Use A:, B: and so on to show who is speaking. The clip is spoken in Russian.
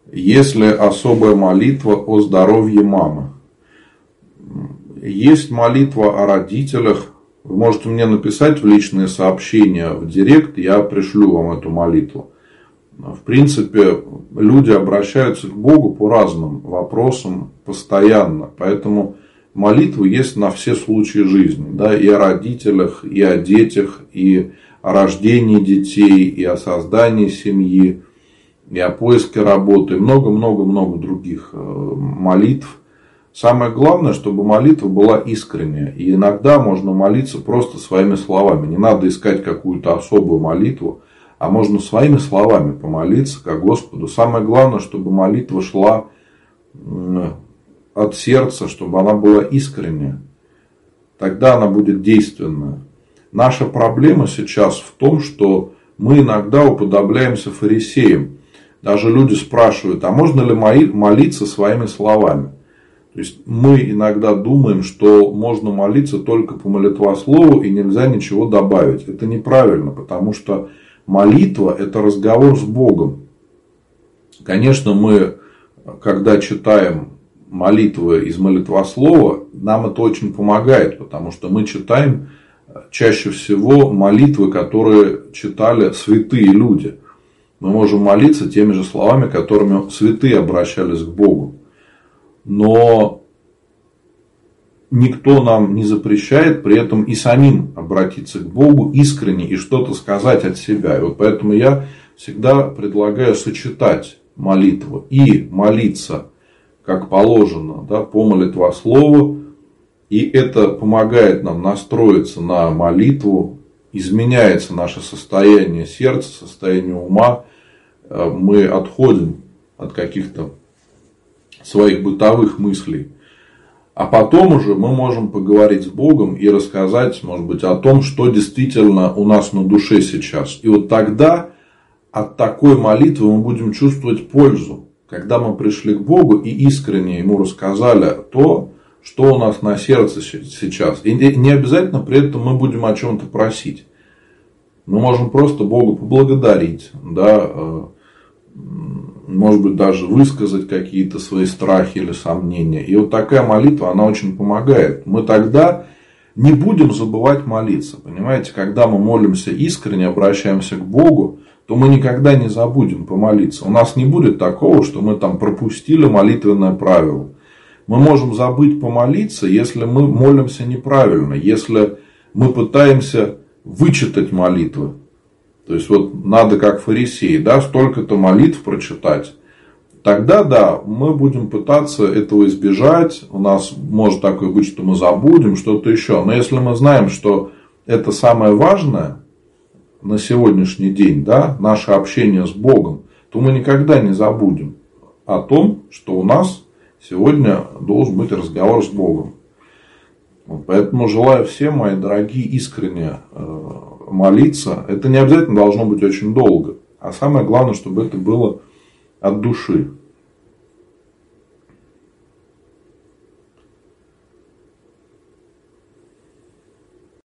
A: Есть ли особая молитва о здоровье мамы? Есть молитва о родителях. Вы можете мне написать в личные сообщения в директ, я пришлю вам эту молитву. В принципе, люди обращаются к Богу по разным вопросам постоянно. Поэтому молитвы есть на все случаи жизни. Да, и о родителях, и о детях, и о рождении детей, и о создании семьи, и о поиске работы. И много-много-много других молитв. Самое главное, чтобы молитва была искренняя. И иногда можно молиться просто своими словами. Не надо искать какую-то особую молитву. А можно своими словами помолиться ко Господу. Самое главное, чтобы молитва шла от сердца, чтобы она была искренняя. Тогда она будет действенная. Наша проблема сейчас в том, что мы иногда уподобляемся фарисеям. Даже люди спрашивают, а можно ли молиться своими словами? То есть мы иногда думаем, что можно молиться только по молитвослову и нельзя ничего добавить. Это неправильно, потому что молитва – это разговор с Богом. Конечно, мы, когда читаем молитвы из молитвослова, нам это очень помогает, потому что мы читаем чаще всего молитвы, которые читали святые люди. Мы можем молиться теми же словами, которыми святые обращались к Богу. Но никто нам не запрещает при этом и самим обратиться к Богу искренне и что-то сказать от себя. И вот поэтому я всегда предлагаю сочетать молитву и молиться, как положено, да, по молитвослову. И это помогает нам настроиться на молитву, изменяется наше состояние сердца, состояние ума. Мы отходим от каких-то своих бытовых мыслей. А потом уже мы можем поговорить с Богом и рассказать, может быть, о том, что действительно у нас на душе сейчас. И вот тогда от такой молитвы мы будем чувствовать пользу. Когда мы пришли к Богу и искренне Ему рассказали то, что у нас на сердце сейчас. И не обязательно при этом мы будем о чем-то просить. Мы можем просто Богу поблагодарить, да, может быть, даже высказать какие-то свои страхи или сомнения. И вот такая молитва, она очень помогает. Мы тогда не будем забывать молиться. Понимаете, когда мы молимся искренне, обращаемся к Богу, то мы никогда не забудем помолиться. У нас не будет такого, что мы там пропустили молитвенное правило. Мы можем забыть помолиться, если мы молимся неправильно, если мы пытаемся вычитать молитвы. То есть, вот надо, как фарисеи, да, столько-то молитв прочитать. Тогда, да, мы будем пытаться этого избежать. У нас может такое быть, что мы забудем что-то еще. Но если мы знаем, что это самое важное на сегодняшний день, да, наше общение с Богом, то мы никогда не забудем о том, что у нас сегодня должен быть разговор с Богом. Поэтому желаю всем, мои дорогие, искренне молиться. Это не обязательно должно быть очень долго. А самое главное, чтобы это было от души.